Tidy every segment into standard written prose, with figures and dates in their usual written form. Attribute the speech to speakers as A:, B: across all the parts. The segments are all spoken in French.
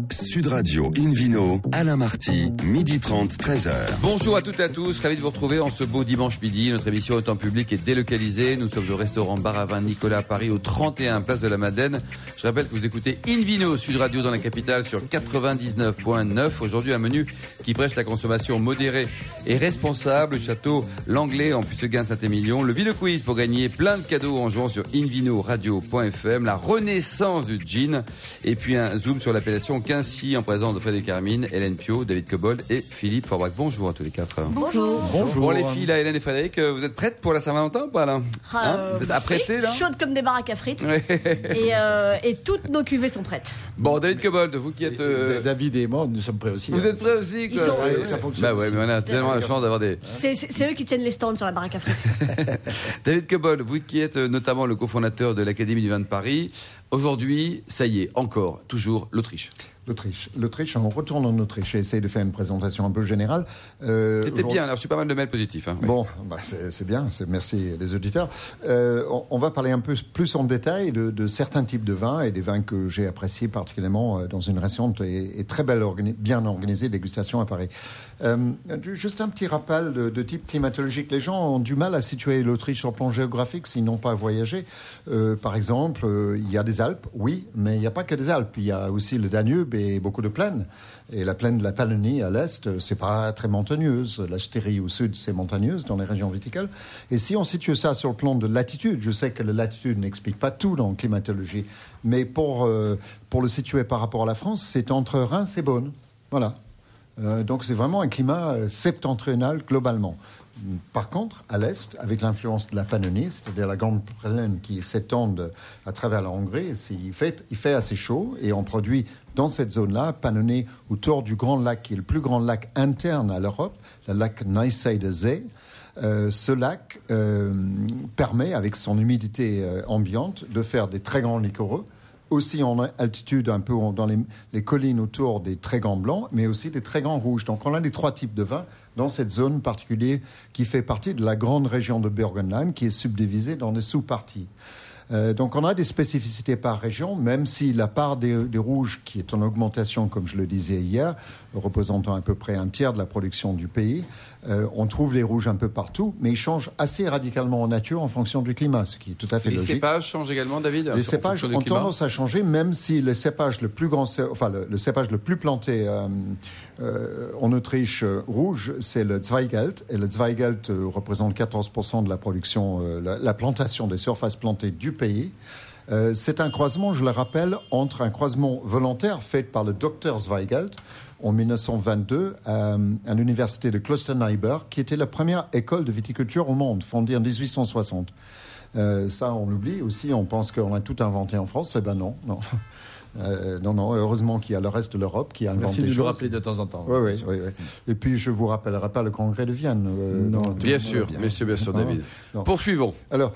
A: Sud Radio Invino, Alain Marty, 12h30, 13h.
B: Bonjour à toutes et à tous, ravi de vous retrouver en ce beau dimanche midi. Notre émission au temps public est délocalisée. Nous sommes au restaurant Bar à Vin Nicolas à Paris, au 31 Place de la Madeleine. Je rappelle que vous écoutez Invino Sud Radio dans la capitale sur 99.9. Aujourd'hui, un menu qui prêche la consommation modérée et responsable. Le château Langlais en Pucegain Saint-Émilion. Le Vino Quiz pour gagner plein de cadeaux en jouant sur invinoradio.fm. La renaissance du gin. Et puis un zoom sur l'appellation Quincy en présence de Frédéric Carmine, Hélène Pio, David Cobold et Philippe Forbrac. Bonjour à tous les quatre.
C: Bonjour.
B: Bonjour. Bon les filles, là, Hélène et Frédéric, vous êtes prêtes pour la Saint-Valentin ou pas là Vous êtes appressées là
C: Chaude comme des baraques à frites.
B: Ouais.
C: Et toutes nos cuvées sont prêtes.
B: Bon, David Cobold, vous qui êtes...
D: David et moi, nous sommes prêts aussi.
B: Vous êtes prêts aussi quoi.
D: Ça fonctionne.
B: Bah ouais, mais on a tellement la chance d'avoir des...
C: C'est eux qui tiennent les stands sur la baraque à frites.
B: David Cobold, vous qui êtes notamment le cofondateur de l'Académie du vin de Paris, aujourd'hui, ça y est, encore, toujours l'Autriche.
E: L'Autriche, on retourne en Autriche et essaye de faire une présentation un peu générale.
B: C'était bien, alors je suis pas mal de mails positifs. Hein, oui.
E: Bon, c'est bien, merci les auditeurs. On va parler un peu plus en détail de certains types de vins et des vins que j'ai appréciés particulièrement dans une récente et très belle, bien organisée dégustation à Paris. Juste un petit rappel de type climatologique. Les gens ont du mal à situer l'Autriche sur le plan géographique s'ils n'ont pas voyagé. Par exemple, il y a des Alpes, oui, mais il n'y a pas que des Alpes. Il y a aussi le Danube et beaucoup de plaines. Et la plaine de la Pannonie à l'est, c'est pas très montagneuse. La Styrie au sud, c'est montagneuse dans les régions viticoles. Et si on situe ça sur le plan de latitude, je sais que la latitude n'explique pas tout dans la climatologie, mais pour le situer par rapport à la France, c'est entre Reims et Beaune. Voilà. Donc c'est vraiment un climat septentrional globalement. Par contre, à l'est, avec l'influence de la Pannonie, c'est-à-dire la grande plaine qui s'étend à travers la Hongrie, il fait assez chaud et on produit dans cette zone-là, Pannonie, autour du grand lac, qui est le plus grand lac interne à l'Europe, le lac Nijsside Zee. Ce lac permet, avec son humidité ambiante, de faire des très grands liquoreux, aussi en altitude, un peu dans les collines autour des très grands blancs, mais aussi des très grands rouges. Donc on a les trois types de vins dans cette zone particulière qui fait partie de la grande région de Burgenland, qui est subdivisée dans des sous-parties. Donc on a des spécificités par région, même si la part des rouges, qui est en augmentation, comme je le disais hier, représentant à peu près un tiers de la production du pays, on trouve les rouges un peu partout, mais ils changent assez radicalement en nature en fonction du climat, ce qui est tout à fait logique.
B: Les cépages changent également, David?
E: Les cépages ont tendance à changer, même si le cépage le plus planté en Autriche rouge, c'est le Zweigelt. Et le Zweigelt représente 14% de la production, la plantation des surfaces plantées du pays. C'est un croisement, je le rappelle, entre un croisement volontaire fait par le docteur Zweigelt en 1922 à l'université de Klosterneuburg, qui était la première école de viticulture au monde, fondée en 1860. Ça, on l'oublie aussi, on pense qu'on a tout inventé en France. Eh ben non. Non, heureusement qu'il y a le reste de l'Europe qui a inventé des choses.
D: Merci de nous rappeler de temps en temps.
E: Oui. Et puis, je ne vous rappellerai pas le congrès de Vienne.
B: Bien sûr, David.
E: Non.
B: Poursuivons.
E: Alors,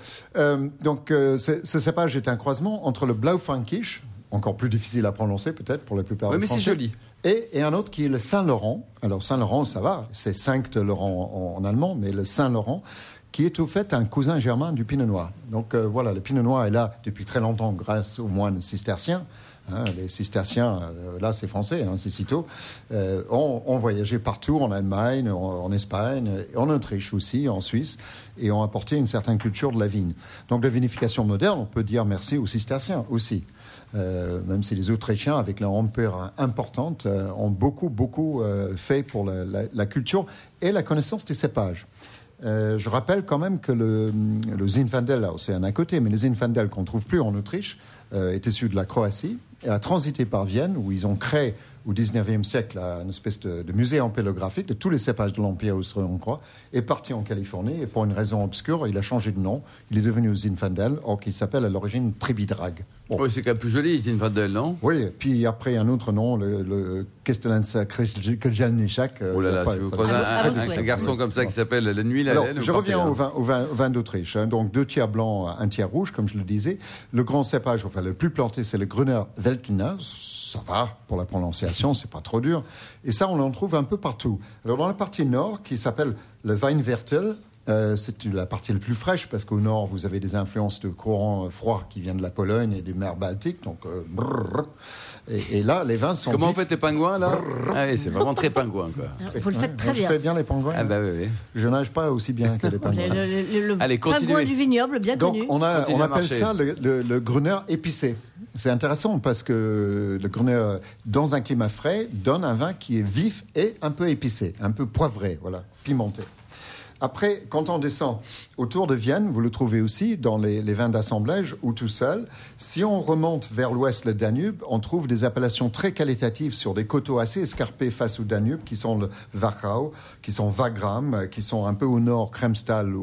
E: ce cépage est un croisement entre le Blaufränkisch, encore plus difficile à prononcer peut-être pour la plupart des Français.
B: Oui, mais c'est joli.
E: Et un autre qui est le Saint-Laurent. Alors, Saint-Laurent, ça va, c'est Sankt Laurent en allemand, mais le Saint-Laurent, qui est au fait un cousin germain du Pinot Noir. Donc voilà, le Pinot Noir est là depuis très longtemps grâce aux moines cisterciens. Les cisterciens, là c'est français, c'est Cîteaux, ont voyagé partout, en Allemagne, en Espagne, en Autriche aussi, en Suisse, et ont apporté une certaine culture de la vigne. Donc la vinification moderne, on peut dire merci aux cisterciens aussi. Même si les Autrichiens, avec leur empire importante, ont beaucoup fait pour la culture et la connaissance des cépages. Je rappelle quand même que le Zinfandel, là, c'est un à côté, mais le Zinfandel qu'on ne trouve plus en Autriche est issu de la Croatie et a transité par Vienne, où ils ont créé au XIXe siècle une espèce de musée ampélographique de tous les cépages de l'Empire austro-hongrois, est parti en Californie et pour une raison obscure, il a changé de nom. Il est devenu Zinfandel, or qu'il s'appelle à l'origine Tribidrag.
B: Bon. Oui, c'est quand même plus joli, Zinfandel, non?
E: Oui, puis après un autre nom, le Kestelensa Krzelniczak.
B: Oh là là, si vous croisez un garçon comme ça qui s'appelle La Nuit, la Laine.
E: Je reviens au vin d'Autriche. Donc 2 tiers blanc, 1 tiers rouge, comme je le disais. Le grand cépage, le plus planté, c'est le Grüner Veltliner. Ça va pour la prononciation, c'est pas trop dur. Et ça, on en trouve un peu partout. Alors dans la partie nord, qui s'appelle le Weinviertel, C'est la partie la plus fraîche parce qu'au nord, vous avez des influences de courants froids qui viennent de la Pologne et des mers Baltiques. Donc, et là, les vins sont.
B: Comment
E: vifs.
B: vous faites les pingouins là? Ah oui, c'est vraiment très pingouin quoi.
C: Vous le faites très
E: Je
C: bien.
E: fais bien les pingouins.
B: Ah bah oui.
E: Je nage pas aussi bien que les pingouins.
C: Le
B: Allez, continuez.
C: pingouin du vignoble, bien
E: Donc,
C: connu.
E: on
B: Continuez à
E: appelle
B: marcher.
E: ça le Gruner épicé. C'est intéressant parce que le Gruner, dans un climat frais, donne un vin qui est vif et un peu épicé, un peu poivré, voilà, pimenté. Après, quand on descend autour de Vienne, vous le trouvez aussi dans les vins d'assemblage ou tout seul. Si on remonte vers l'ouest, le Danube, on trouve des appellations très qualitatives sur des coteaux assez escarpés face au Danube, qui sont le Wachau, qui sont Wagram, qui sont un peu au nord, Kremstal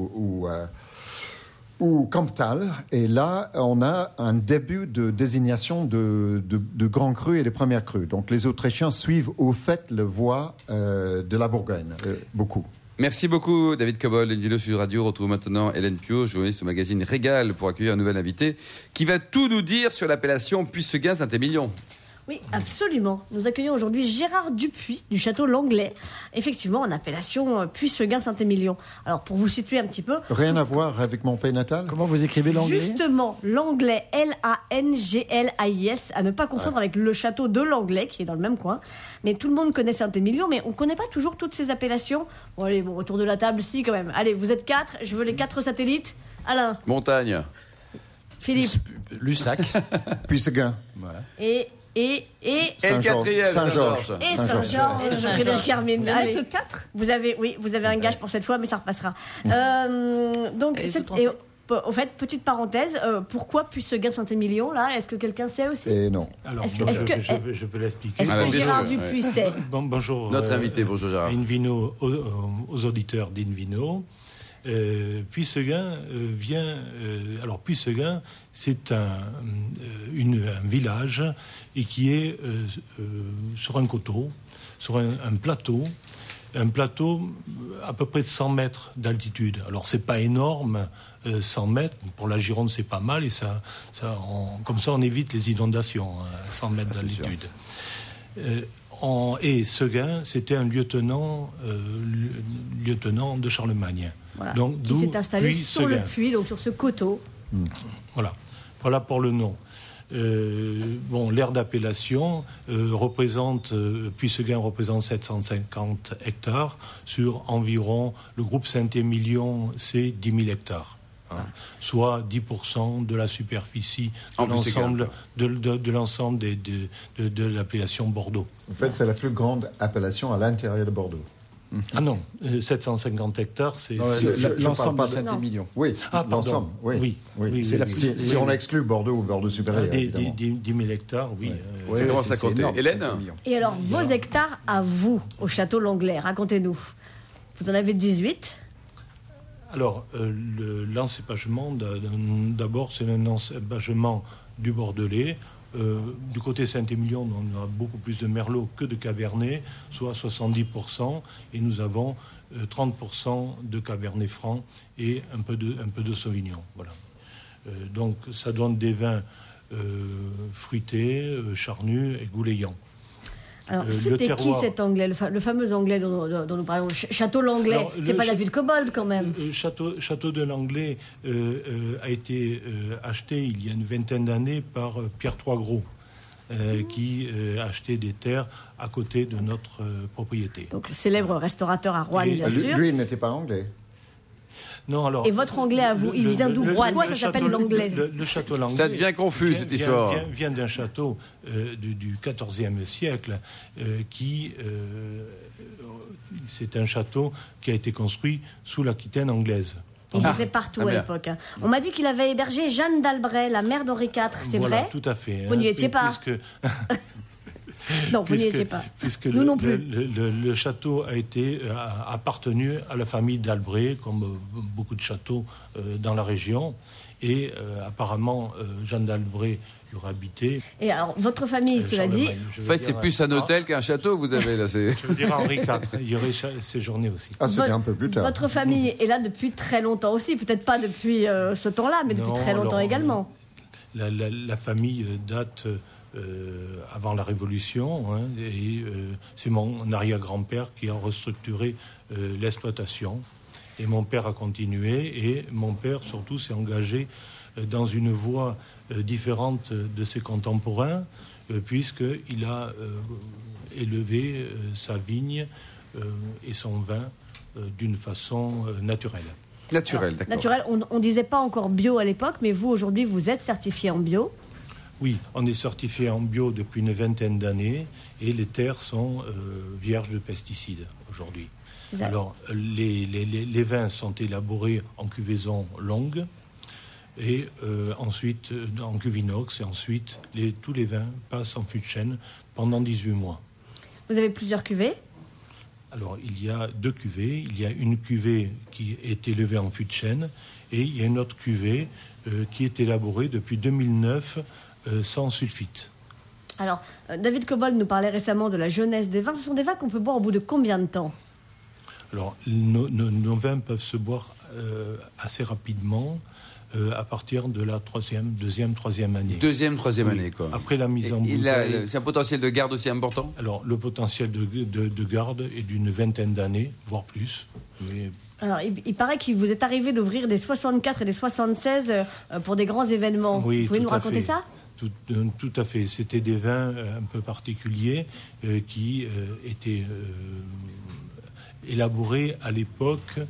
E: ou Kamptal. Et là, on a un début de désignation de grands crus et des premières crues. Donc les Autrichiens suivent au fait le voie de la Bourgogne, beaucoup.
B: Merci beaucoup David Cobol, Invino Sud Radio. Retrouve maintenant Hélène Pio, journaliste au magazine Régal, pour accueillir un nouvel invité qui va tout nous dire sur l'appellation Puisseguin-Saint-Émilion.
C: Oui, absolument. Nous accueillons aujourd'hui Gérard Dupuis du château Langlais, effectivement en appellation Puisseguin-Saint-Émilion. Alors pour vous situer un petit peu,
E: Rien à voir avec mon pays natal.
D: Comment vous écrivez l'anglais?
C: justement l'Anglais, Langlais, à ne pas confondre avec le château de Langlais qui est dans le même coin. Mais tout le monde connaît Saint-Émilion, mais on ne connaît pas toujours toutes ces appellations. Bon allez, autour de la table, si quand même. Allez, vous êtes 4, je veux les 4 satellites. Alain,
B: Montagne.
C: Philippe
D: Lussac.
E: Puisseguin.
C: et
B: Et le
E: Saint-Georges.
B: quatrième,
E: Saint-Georges.
C: Et
E: Saint-Georges.
C: Saint-Georges, Frédéric Carmine.
F: Il n'y en a
C: Allez,
F: que 4.
C: vous avez un gage pour cette fois, mais ça repassera. Donc,
F: Et
C: au fait, petite parenthèse, pourquoi Puisseguin-Saint-Émilion là? Est-ce que quelqu'un sait aussi?
E: Et non.
G: Alors,
C: Est-ce
G: donc,
C: que-
G: je peux l'expliquer.
C: Est-ce
B: Ah,
C: que
B: bien
C: Gérard
B: sûr,
C: Dupuis sait?
G: Bonjour.
B: Notre invité, bonjour Gérard.
G: Invino, aux auditeurs d'Invino. Puisseguin vient. Alors, Puisseguin, c'est un village et qui est sur un coteau, sur un plateau. Un plateau à peu près de 100 mètres d'altitude. Alors, c'est pas énorme, 100 mètres. Pour la Gironde, c'est pas mal. Et comme ça, on évite les inondations, 100 mètres d'altitude. Et Seguin, c'était un lieutenant de Charlemagne.
C: Voilà.
G: Donc,
C: Qui
G: d'où
C: s'est installé sur le
G: Puy-Seguin.
C: puits, donc sur ce coteau.
G: Voilà pour le nom. L'aire d'appellation Puisseguin représente 750 hectares sur environ, le groupe Saint-Émilion, c'est 10 000 hectares. Soit 10% de la superficie
B: En Puisseguin,
G: de l'ensemble de l'appellation Bordeaux.
E: En fait, c'est la plus grande appellation à l'intérieur de Bordeaux.
G: Ah non, 750 hectares, c'est...
D: L'ensemble
E: parle
D: de
E: pas
D: Saint-Émilion.
E: Oui,
G: Ah, pardon.
E: l'ensemble. Oui.
G: Oui,
E: C'est
G: oui,
E: si on exclut Bordeaux ou Bordeaux supérieur, évidemment.
G: 10 000 hectares, oui.
B: Ça commence à compter. Hélène?
C: Et alors, vos hectares à vous, au château Langlais, racontez-nous. Vous en avez 18.
G: Alors, l'encépagement, d'abord, c'est un encépagement du Bordelais. Du côté Saint-Émilion, on a beaucoup plus de Merlot que de Cabernet, soit 70%, et nous avons 30% de Cabernet Franc et un peu de Sauvignon. Voilà. Donc, ça donne des vins fruités, charnus et goulayants.
C: Alors,
G: Le
C: c'était qui
G: terroir.
C: cet Anglais, le fameux Anglais dont nous parlons, Château Langlais?
G: Alors,
C: C'est
G: le
C: pas
G: cha-
C: David Cobbold quand même.
G: Château de Langlais a été acheté il y a une vingtaine d'années par Pierre Troisgros, qui achetait des terres à côté de notre propriété.
C: Donc, le célèbre restaurateur à Rouen,
G: Et
C: bien
E: Lui,
C: sûr.
E: lui, il n'était pas anglais.
G: Non, alors,
C: Et votre Anglais à vous, il vient d'où? Pourquoi ça s'appelle l'Anglais?
G: Le château Langlais.
B: Ça devient confus, cette histoire.
G: Vient d'un château du XIVe siècle c'est un château qui a été construit sous l'Aquitaine anglaise.
C: Ils étaient partout
B: très
C: à
B: bien.
C: l'époque. Hein. On m'a dit qu'il avait hébergé Jeanne d'Albret, la mère d'Henri IV. C'est
G: Voilà,
C: vrai?
G: tout à fait.
C: Vous n'y étiez pas. Non, vous n'y étiez pas.
G: Puisque
C: Nous non plus.
G: le château a appartenu à la famille d'Albret, comme beaucoup de châteaux dans la région. Et apparemment, Jeanne d'Albret y aurait habité.
C: Et alors, votre famille, cela dit,
G: Charlemagne, je
B: En
G: veux
B: fait, c'est
G: dire,
B: plus un hôtel qu'un château, vous avez là.
G: Je veux dire Henri IV, il y aurait séjourné aussi.
E: Ah, c'était un peu plus tard.
C: votre famille est là depuis très longtemps aussi. Peut-être pas depuis ce temps-là, mais depuis
G: Non,
C: très longtemps
G: alors,
C: également.
G: La famille date avant la Révolution, hein, et c'est mon arrière-grand-père qui a restructuré l'exploitation. Et mon père a continué, et mon père surtout s'est engagé dans une voie différente de ses contemporains, puisqu'il a élevé sa vigne et son vin d'une façon naturelle.
B: Naturel, d'accord.
C: Naturel, on ne disait pas encore bio à l'époque, mais vous, aujourd'hui, vous êtes certifié en bio.
G: Oui, on est certifié en bio depuis une vingtaine d'années et les terres sont vierges de pesticides aujourd'hui. Alors, les vins sont élaborés en cuvaison longue et ensuite en cuve inox, et ensuite tous les vins passent en fût de chêne pendant 18 mois.
C: Vous avez plusieurs cuvées?
G: Alors, il y a 2 cuvées. Il y a une cuvée qui est élevée en fût de chêne et il y a une autre cuvée qui est élaborée depuis 2009 sans sulfite.
C: Alors, David Cobold nous parlait récemment de la jeunesse des vins. Ce sont des vins qu'on peut boire au bout de combien de temps?
G: Alors, nos vins peuvent se boire assez rapidement à partir de la deuxième, troisième année.
B: Deuxième, troisième année, quoi.
G: Après la mise en bouteille.
B: C'est un potentiel de garde aussi important?
G: Alors, le potentiel de garde est d'une vingtaine d'années, voire plus. Mais...
C: Alors, il paraît que vous êtes arrivé d'ouvrir des 64 et des 76 pour des grands événements.
G: Oui,
C: vous pouvez nous raconter ça?
G: Tout à fait. C'était des vins un peu particuliers qui étaient élaborés à l'époque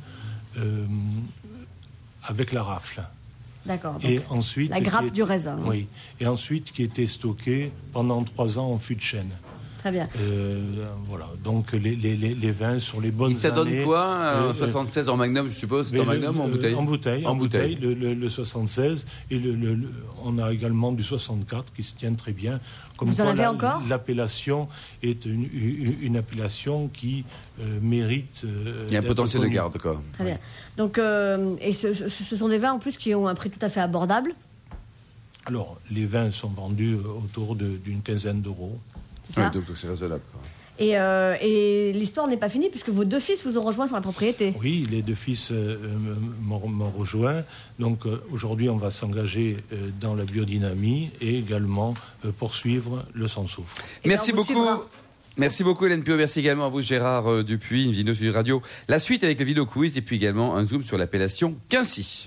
G: avec la rafle.
C: D'accord.
G: Et ensuite,
C: la grappe du raisin.
G: Oui. Et ensuite, qui était stocké pendant 3 ans en fût de chêne.
C: Très bien.
G: Voilà. Donc, les vins sur les bonnes années...
B: Ça donne quoi 76 en magnum, je suppose? C'est en magnum ou en bouteille?
G: En bouteille. Le 76. Et on a également du 64 qui se tient très bien. Comme
C: vous en avez encore?
G: L'appellation est une appellation qui mérite...
B: il y a un potentiel de garde, quoi.
C: Très bien. Donc, et ce sont des vins en plus qui ont un prix tout à fait abordable?
G: Alors, les vins sont vendus autour d'une quinzaine d'euros.
B: Oui, donc c'est raisonnable.
C: Et l'histoire n'est pas finie puisque vos 2 fils vous ont rejoint sur la propriété.
G: Oui, les 2 fils m'ont rejoint. Donc aujourd'hui, on va s'engager dans la biodynamie et également poursuivre le sans soufre.
B: Merci beaucoup. Merci beaucoup Hélène Pio, merci également à vous Gérard Dupuis, Invino Sud Radio. La suite avec le Vino Quiz et puis également un zoom sur l'appellation Quincy.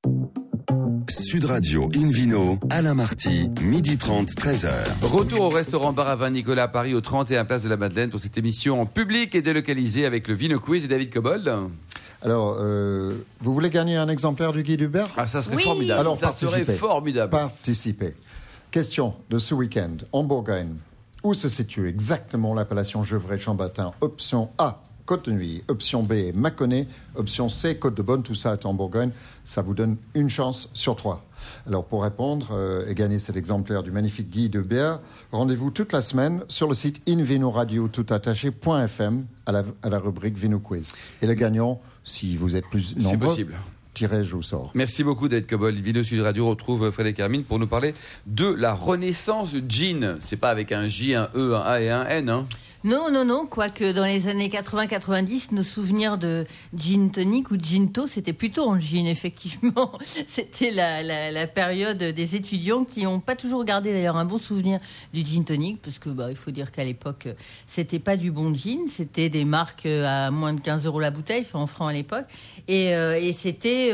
A: Sud Radio Invino, Alain Marty, 12h30, 13h.
B: Retour au restaurant Bar à Vin Nicolas à Paris, au 31 Place de la Madeleine, pour cette émission en public et délocalisée avec le Vino Quiz et David Cobold.
E: Alors, vous voulez gagner un exemplaire du Guy Hubert?
B: Ah, ça serait formidable.
E: Alors,
B: ça serait formidable.
E: Participez. Question de ce week-end, en Bourgogne. Où se situe exactement l'appellation Gevrey-Chambertin? Option A, Côte-de-Nuit. Option B, Mâconnais. Option C, Côte-de-Beaune. Tout ça est en Bourgogne. Ça vous donne une chance sur 3. Alors, pour répondre et gagner cet exemplaire du magnifique Guy Hubert, rendez-vous toute la semaine sur le site invinoradio.fm à la rubrique Vino Quiz. Et le gagnant, si vous êtes plus nombreux...
B: C'est possible.
E: Tirage au sort.
B: Merci beaucoup David Cobold. Vino Sud Radio retrouve Frédéric Hermine pour nous parler de la renaissance du gin. C'est pas avec un J, un E, un A et un N, hein?
F: Non, quoique dans les années 80-90, nos souvenirs de gin tonic ou ginto, c'était plutôt en gin, effectivement. C'était la période des étudiants qui n'ont pas toujours gardé d'ailleurs un bon souvenir du gin tonic, parce que il faut dire qu'à l'époque, c'était pas du bon gin, c'était des marques à moins de 15 € la bouteille, enfin en francs à l'époque, et c'était,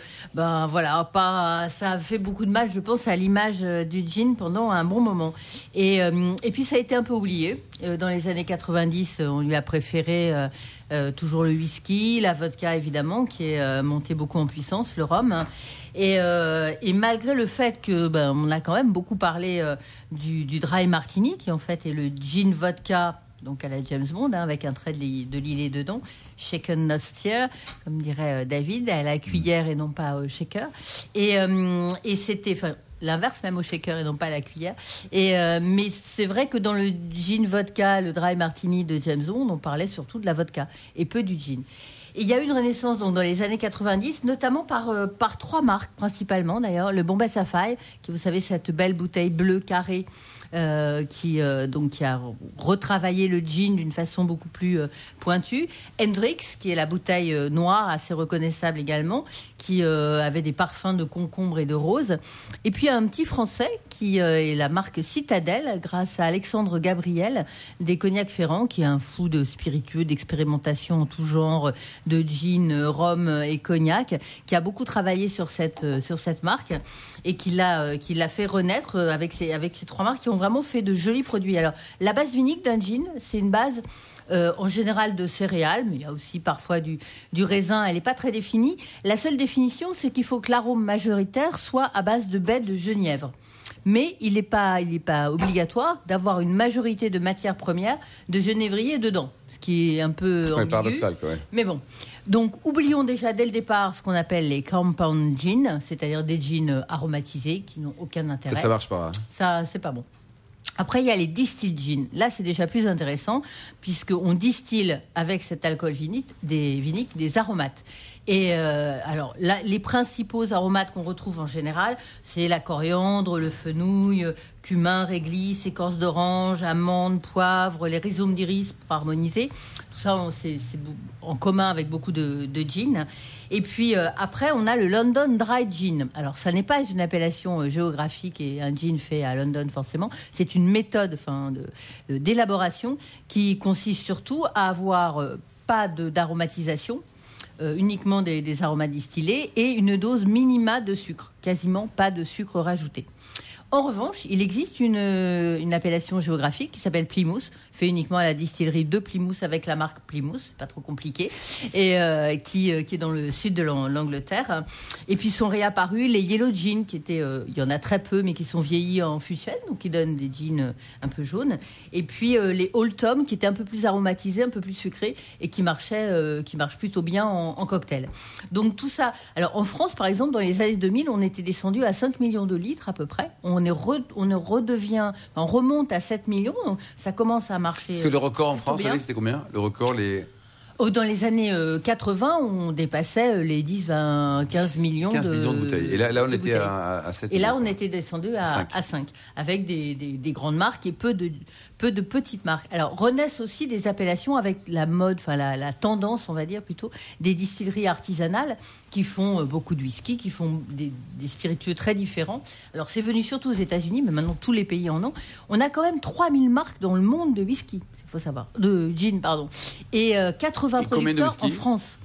F: ça a fait beaucoup de mal, je pense, à l'image du gin pendant un bon moment. Et puis ça a été un peu oublié. Dans les années 90, on lui a préféré toujours le whisky, la vodka évidemment, qui est monté beaucoup en puissance, le rhum. Et malgré le fait que on a quand même beaucoup parlé du dry martini, qui en fait est le gin vodka, donc à la James Bond, avec un trait de lillet dedans, shaken not stir, comme dirait David, à la cuillère et non pas au shaker. Et c'était... l'inverse même au shaker et non pas à la cuillère. Mais c'est vrai que dans le gin vodka, le dry martini de James Bond, on parlait surtout de la vodka et peu du gin. Et il y a eu une renaissance donc, dans les années 90, notamment par 3 marques principalement d'ailleurs. Le Bombay Sapphire, qui vous savez, cette belle bouteille bleue carrée qui a retravaillé le gin d'une façon beaucoup plus pointue. Hendrix, qui est la bouteille noire, assez reconnaissable également, qui avait des parfums de concombre et de rose. Et puis un petit français qui est la marque Citadelle, grâce à Alexandre Gabriel, des Cognac Ferrand, qui est un fou de spiritueux, d'expérimentation en tout genre, de gin, rhum et cognac, qui a beaucoup travaillé sur cette marque et qui l'a fait renaître avec ces trois marques qui ont vraiment fait de jolis produits. Alors, la base vinique d'un gin, c'est une base en général de céréales, mais il y a aussi parfois du raisin, elle n'est pas très définie. La seule définition, c'est qu'il faut que l'arôme majoritaire soit à base de baies de genièvre. Mais il n'est pas obligatoire d'avoir une majorité de matières premières de genévrier dedans, ce qui est un peu ambigu.
B: Paradoxal, quoi. Ouais.
F: Mais bon. Donc, oublions déjà dès le départ ce qu'on appelle les compound gins, c'est-à-dire des gins aromatisés qui n'ont aucun intérêt.
B: Ça marche pas. Hein.
F: Ça, c'est pas bon. Après, il y a les distilled gins. Là, c'est déjà plus intéressant, puisqu'on distille avec cet alcool vinique des aromates. Et alors, là, les principaux aromates qu'on retrouve en général, c'est la coriandre, le fenouil, cumin, réglisse, écorce d'orange, amande, poivre, les rhizomes d'iris pour harmoniser. Tout ça, c'est en commun avec beaucoup de gin. Et puis, après, on a le London Dry Gin. Alors, ça n'est pas une appellation géographique et un gin fait à London, forcément. C'est une méthode d'élaboration qui consiste surtout à avoir pas d'aromatisation, uniquement des aromates distillés et une dose minima de sucre, quasiment pas de sucre rajouté. En revanche, il existe une appellation géographique qui s'appelle Plymouth, fait uniquement à la distillerie de Plymouth avec la marque Plymouth, pas trop compliqué, et qui est dans le sud de l'Angleterre. Et puis sont réapparus les Yellow Gin, qui étaient, il y en a très peu, mais qui sont vieillis en fût de chêne, donc qui donnent des gins un peu jaunes. Et puis les Old Tom, qui étaient un peu plus aromatisés, un peu plus sucrés, et qui marchent plutôt bien en cocktail. Donc tout ça. Alors en France, par exemple, dans les années 2000, on était descendu à 5 millions de litres à peu près. On remonte à 7 millions, donc ça commence à marcher.
B: Parce que le record en France,
F: bien.
B: C'était combien ? Le record,
F: Dans les années 80, on dépassait les 10, 20, 15 millions
B: 15 millions de bouteilles. Et là on était à 7
F: millions. Et là, on
B: millions.
F: était descendu à 5, avec des grandes marques et peu de petites marques. Alors, renaissent aussi des appellations avec la mode, la tendance, on va dire plutôt, des distilleries artisanales qui font beaucoup de whisky, qui font des spiritueux très différents. Alors, c'est venu surtout aux États-Unis, mais maintenant tous les pays en ont. On a quand même 3000 marques dans le monde de whisky, il faut savoir, de gin, pardon. Et 80 producteurs en France.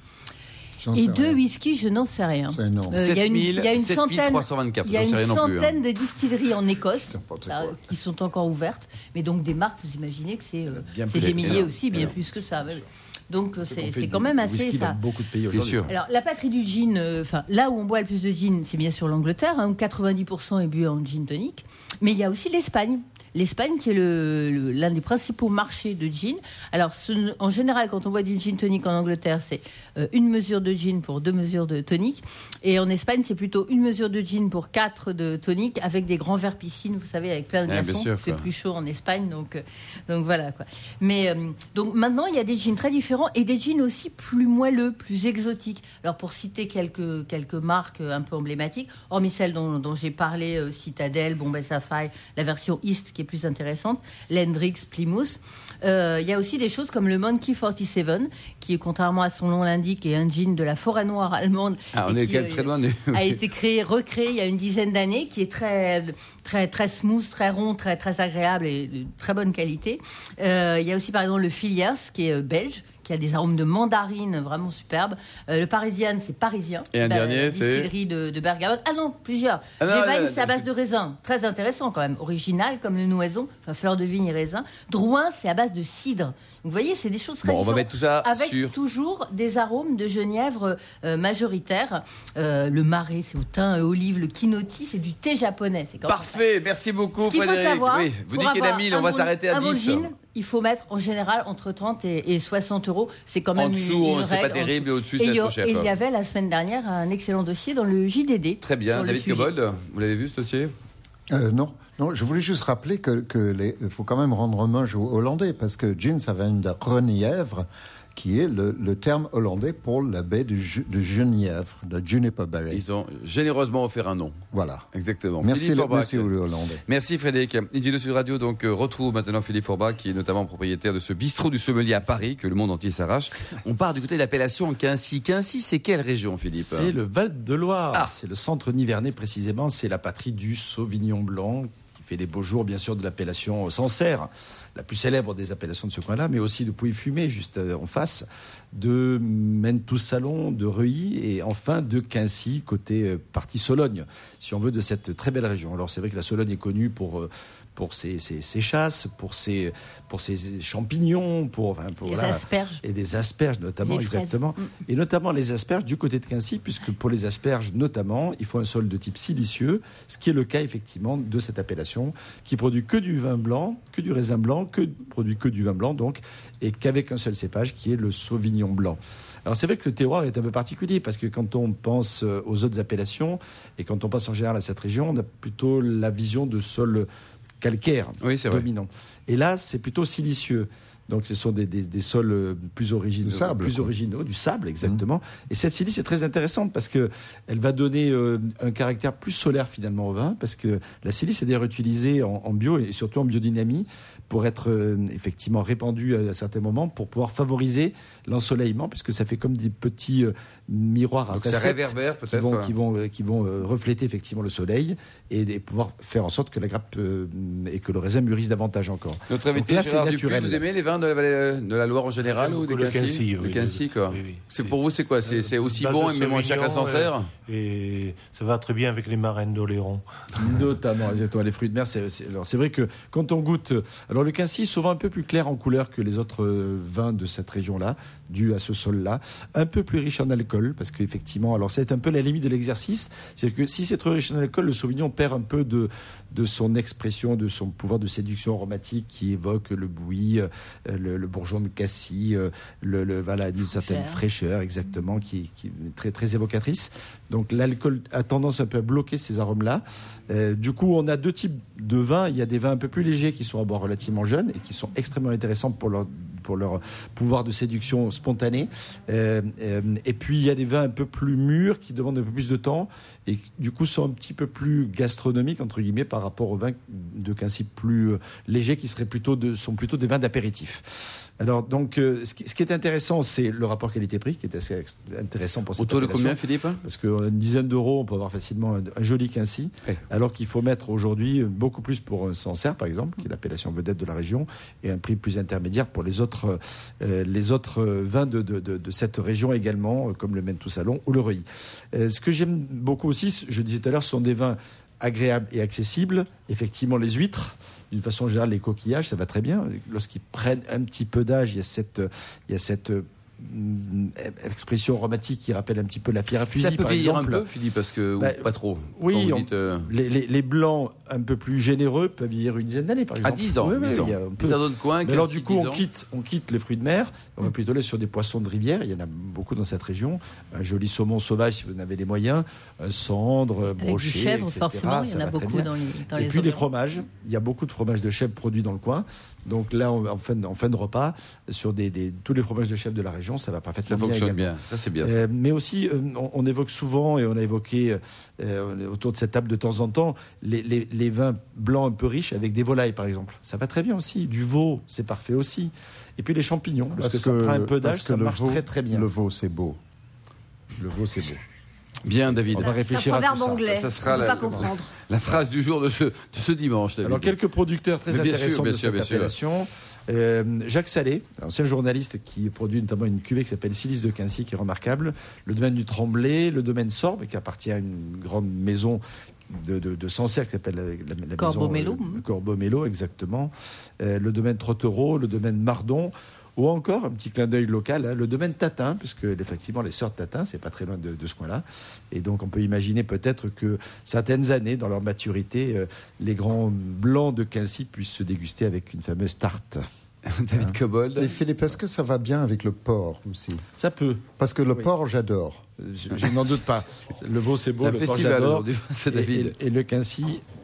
F: Et de whisky, je n'en sais rien.
E: C'est énorme.
F: Il y a une
B: 7324,
F: il y a une
B: non plus,
F: centaine de distilleries en Écosse
E: quoi.
F: qui sont encore ouvertes. Mais donc des marques, vous imaginez que c'est
D: plus
F: des milliers
B: énorme.
F: aussi, bien
B: Énorme.
F: plus que ça. Donc
D: On
F: c'est
D: fait
F: quand même
D: du
F: assez
D: whisky
F: ça.
D: dans beaucoup de pays
B: Bien
D: aujourd'hui.
B: sûr.
F: Alors la patrie du gin, là où on boit le plus de gin, c'est bien sûr l'Angleterre, où 90% est bu en gin tonic. Mais il y a aussi l'Espagne. L'Espagne qui est l'un des principaux marchés de gin. Alors en général, quand on boit du gin tonic en Angleterre, c'est une mesure de gin pour 2 mesures de tonic. Et en Espagne, c'est plutôt une mesure de gin pour 4 de tonic, avec des grands verres piscine, vous savez, avec plein de glaçons. Il fait plus chaud en Espagne, donc voilà quoi. Mais donc maintenant, il y a des gins très différents et des gins aussi plus moelleux, plus exotiques. Alors pour citer quelques marques un peu emblématiques, hormis celles dont j'ai parlé, Citadel, Bombay Sapphire, la version East qui est plus intéressante, l'Hendrix, Plymouth. Il y a aussi des choses comme le Monkey 47, qui, contrairement à son nom l'indique, est un gin de la forêt noire allemande.
B: Ah, on est quand même très loin.
F: A été recréé il y a une dizaine d'années, qui est très, très, très smooth, très rond, très, très agréable et de très bonne qualité. Il y a aussi, par exemple, le Filiers, qui est belge, qui a des arômes de mandarine vraiment superbes. Le Parisian, c'est parisien.
B: Et un dernier, c'est
F: distillerie de Bergamote. Ah non, plusieurs. Gévine, c'est à base de raisin. Très intéressant quand même. Original, comme le Nouaison, enfin fleur de vigne et raisin. Drouin, c'est à base de cidre. Donc, vous voyez, c'est des choses très différentes.
B: On va mettre tout ça
F: avec toujours des arômes de genièvre majoritaires. Le marais, c'est au thym et olive. Le kinoti, c'est du thé japonais. C'est
B: parfait, merci beaucoup
F: Frédéric.
B: Savoir, oui, vous dites qu'il y en a 1000, on va s'arrêter à 10.
F: Il faut mettre en général entre 30 et 60 euros. C'est quand même
B: en dessous,
F: une
B: c'est
F: règle.
B: Pas terrible, et au-dessus, c'est trop cher.
F: Et il y avait la semaine dernière un excellent dossier dans le JDD.
B: Très bien, David Cobold, vous l'avez vu ce dossier ?
E: Non, je voulais juste rappeler qu'il faut quand même rendre hommage aux Hollandais, parce que gin, ça vient de Renièvre, qui est le terme hollandais pour la baie de Genièvre, de Juniper Bay.
B: Ils ont généreusement offert un nom.
E: Voilà.
B: Exactement.
E: Merci,
B: Philippe Forbach.
E: merci le Hollandais.
B: Merci Frédéric. Invino Sud Radio donc retrouve maintenant Philippe Forbach, qui est notamment propriétaire de ce bistrot du sommelier à Paris que le monde entier s'arrache. On part du côté de l'appellation Quincy. Quincy, c'est quelle région, Philippe ?
D: C'est le Val-de-Loire.
B: Ah.
D: C'est le centre nivernais précisément. C'est la patrie du Sauvignon blanc, qui fait les beaux jours, bien sûr, de l'appellation Sancerre, la plus célèbre des appellations de ce coin-là, mais aussi de Pouilly-Fumé, juste en face, de Menthous-Salon, de Reuilly et enfin de Quincy, côté partie Sologne, si on veut, de cette très belle région. Alors c'est vrai que la Sologne est connue pour ses chasses, pour ses champignons, pour
F: les asperges.
D: Et des asperges notamment,
F: les
D: exactement. Et notamment les asperges du côté de Quincy, puisque pour les asperges notamment, il faut un sol de type silicieux, ce qui est le cas effectivement de cette appellation, qui produit que du vin blanc, que du raisin blanc, produit que du vin blanc donc, et qu'avec un seul cépage qui est le Sauvignon blanc. Alors c'est vrai que le terroir est un peu particulier parce que quand on pense aux autres appellations et quand on pense en général à cette région, on a plutôt la vision de sol calcaire dominant. Et là, c'est plutôt silicieux. Donc, ce sont des sols plus originaux. Du sable, exactement. Et cette silice est très intéressante parce qu'elle va donner un caractère plus solaire finalement au vin, parce que la silice est d'ailleurs utilisée en bio et surtout en biodynamie pour être effectivement répandue à certains moments pour pouvoir favoriser l'ensoleillement, puisque ça fait comme des petits miroirs à facettes.
B: Ça réverbère peut-être
D: qui vont refléter effectivement le soleil et pouvoir faire en sorte que la grappe et que le raisin mûrisse davantage encore.
B: Notre invité
D: là,
B: Gérard
D: c'est
B: Dupuis,
D: naturel.
B: vous aimez les vins de la vallée de la Loire en général ou de Quincy?
G: Le
B: Quincy, quoi.
G: Oui.
B: C'est pour vous, c'est quoi? C'est aussi
G: Base
B: bon
G: de
B: mais moins cher qu'à
G: Sauvignon,
B: Sancerre?
G: Et ça va très bien avec les marraines d'Oléron.
D: Notamment, exactement, les fruits de mer. Alors c'est vrai que quand on goûte, alors le Quincy est souvent un peu plus clair en couleur que les autres vins de cette région-là, dû à ce sol-là, un peu plus riche en alcool, parce qu'effectivement, alors c'est un peu la limite de l'exercice, c'est-à-dire que si c'est trop riche en alcool, le Sauvignon perd un peu de son expression, de son pouvoir de séduction aromatique qui évoque le bouilli, le bourgeon de cassis, voilà, une certaine fraîcheur, exactement, qui est très, très évocatrice. Donc l'alcool a tendance un peu à bloquer ces arômes-là. Du coup, on a deux types de vins. Il y a des vins un peu plus légers qui sont à boire relativement jeunes et qui sont extrêmement intéressants pour leur pouvoir de séduction spontanée. Et puis, il y a des vins un peu plus mûrs qui demandent un peu plus de temps et du coup sont un petit peu plus gastronomiques, entre guillemets, par rapport aux vins de Quincy plus légers qui sont plutôt des vins d'apéritif. Alors, donc, ce qui est intéressant, c'est le rapport qualité-prix qui est assez intéressant pour cette
B: appellation. Autour de combien, Philippe ?
D: Parce qu'une dizaine d'euros, on peut avoir facilement un joli Quincy, alors qu'il faut mettre aujourd'hui beaucoup plus pour un Sancerre, par exemple, qui est l'appellation vedette de la région, et un prix plus intermédiaire pour les autres vins de cette région également, comme le Menthous-Salon ou le Reuilly. Ce que j'aime beaucoup aussi, je disais tout à l'heure, ce sont des vins agréables et accessibles. Effectivement, les huîtres, d'une façon générale, les coquillages, ça va très bien. Lorsqu'ils prennent un petit peu d'âge, il y a cette expression aromatique qui rappelle un petit peu la pierre à fusil, par exemple. Ça peut vieillir un peu,
B: Philippe, parce que ou pas trop.
D: Oui, les blancs un peu plus généreux peuvent vieillir une dizaine d'années, par exemple.
B: À 10 ans, 10 ans. Ça donne quoi?
D: Mais alors du coup, on quitte les fruits de mer, on va plutôt aller sur des poissons de rivière. Il y en a beaucoup dans cette région. Un joli saumon sauvage, si vous en avez les moyens, un cendre, brochet,
F: du chèvre,
D: etc.
F: forcément, il y en a beaucoup dans les
D: Et puis les fromages. Il y a beaucoup de fromages de chèvre produits dans le coin. Donc là, en fin de repas, sur tous les fromages de chèvre de la région, ça va parfaitement bien.
B: Ça fonctionne bien. Ça, c'est bien. Ça.
D: Mais aussi, on évoque souvent, et on a évoqué autour de cette table de temps en temps, les vins blancs un peu riches avec des volailles, par exemple. Ça va très bien aussi. Du veau, c'est parfait aussi. Et puis les champignons, parce que ça prend un peu d'âge, ça marche très très bien.
E: Le veau, c'est beau.
D: Le veau, c'est beau.
B: Bien, David.
F: On va réfléchir à tout ça.
C: Anglais.
B: Ça sera la phrase du jour de ce dimanche, David.
D: Alors, quelques producteurs très intéressants de cette appellation. Jacques Salé, ancien journaliste qui produit notamment une cuvée qui s'appelle Silice de Quincy, qui est remarquable. Le domaine du Tremblay, le domaine Sorbe, qui appartient à une grande maison de Sancerre qui s'appelle la
F: Corbeau-Mello.
D: Corbeau-Mello, exactement. Le domaine Trottereau, le domaine Mardon. Ou encore, un petit clin d'œil local, le domaine Tatin, puisque effectivement les sœurs Tatin, c'est pas très loin de ce coin-là. Et donc on peut imaginer peut-être que certaines années, dans leur maturité, les grands blancs de Quincy puissent se déguster avec une fameuse tarte.
B: David Cobold.
E: Et Philippe, est-ce que ça va bien avec le porc aussi?
D: Ça peut.
E: Parce que le porc, j'adore.
D: Je n'en doute pas. Le veau, c'est beau, le porc, j'adore. Et le Quincy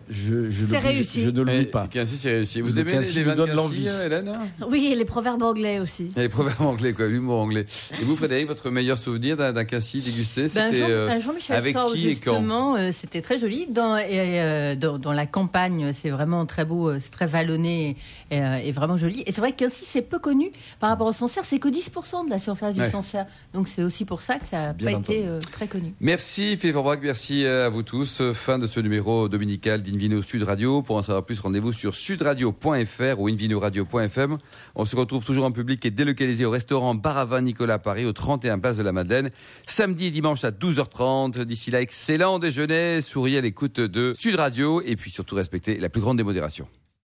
C: C'est réussi.
D: Je ne le lis pas.
B: Le Quincy, c'est réussi. Vous
D: Le
B: aimez
D: Quincy
B: les
D: me
B: vins de
D: donne
B: Quincy,
D: l'envie.
B: Hélène?
C: Oui, et les proverbes anglais aussi.
B: Et les proverbes anglais, quoi, l'humour anglais. Et vous, Frédéric, votre meilleur souvenir d'un Quincy dégusté, c'était
F: Jean-Michel
B: avec
F: Sorgue,
B: qui et quand?
F: justement, c'était très joli. Dans la campagne, c'est vraiment très beau, c'est très vallonné et vraiment joli. Et c'est vrai que Quincy, c'est peu connu par rapport au Sancerre, c'est que 10% de la surface du Sancerre. Donc c'est aussi pour ça que ça n'a pas été très connu.
B: Merci Philippe Orbach, merci à vous tous. Fin de ce numéro dominical d'Invino Sud Radio. Pour en savoir plus, rendez-vous sur sudradio.fr ou invinoradio.fm. On se retrouve toujours en public et délocalisé au restaurant Bar à Vin Nicolas à Paris, au 31 Place de la Madeleine, samedi et dimanche à 12h30. D'ici là, excellent déjeuner, souriez à l'écoute de Sud Radio et puis surtout respectez la plus grande démodération.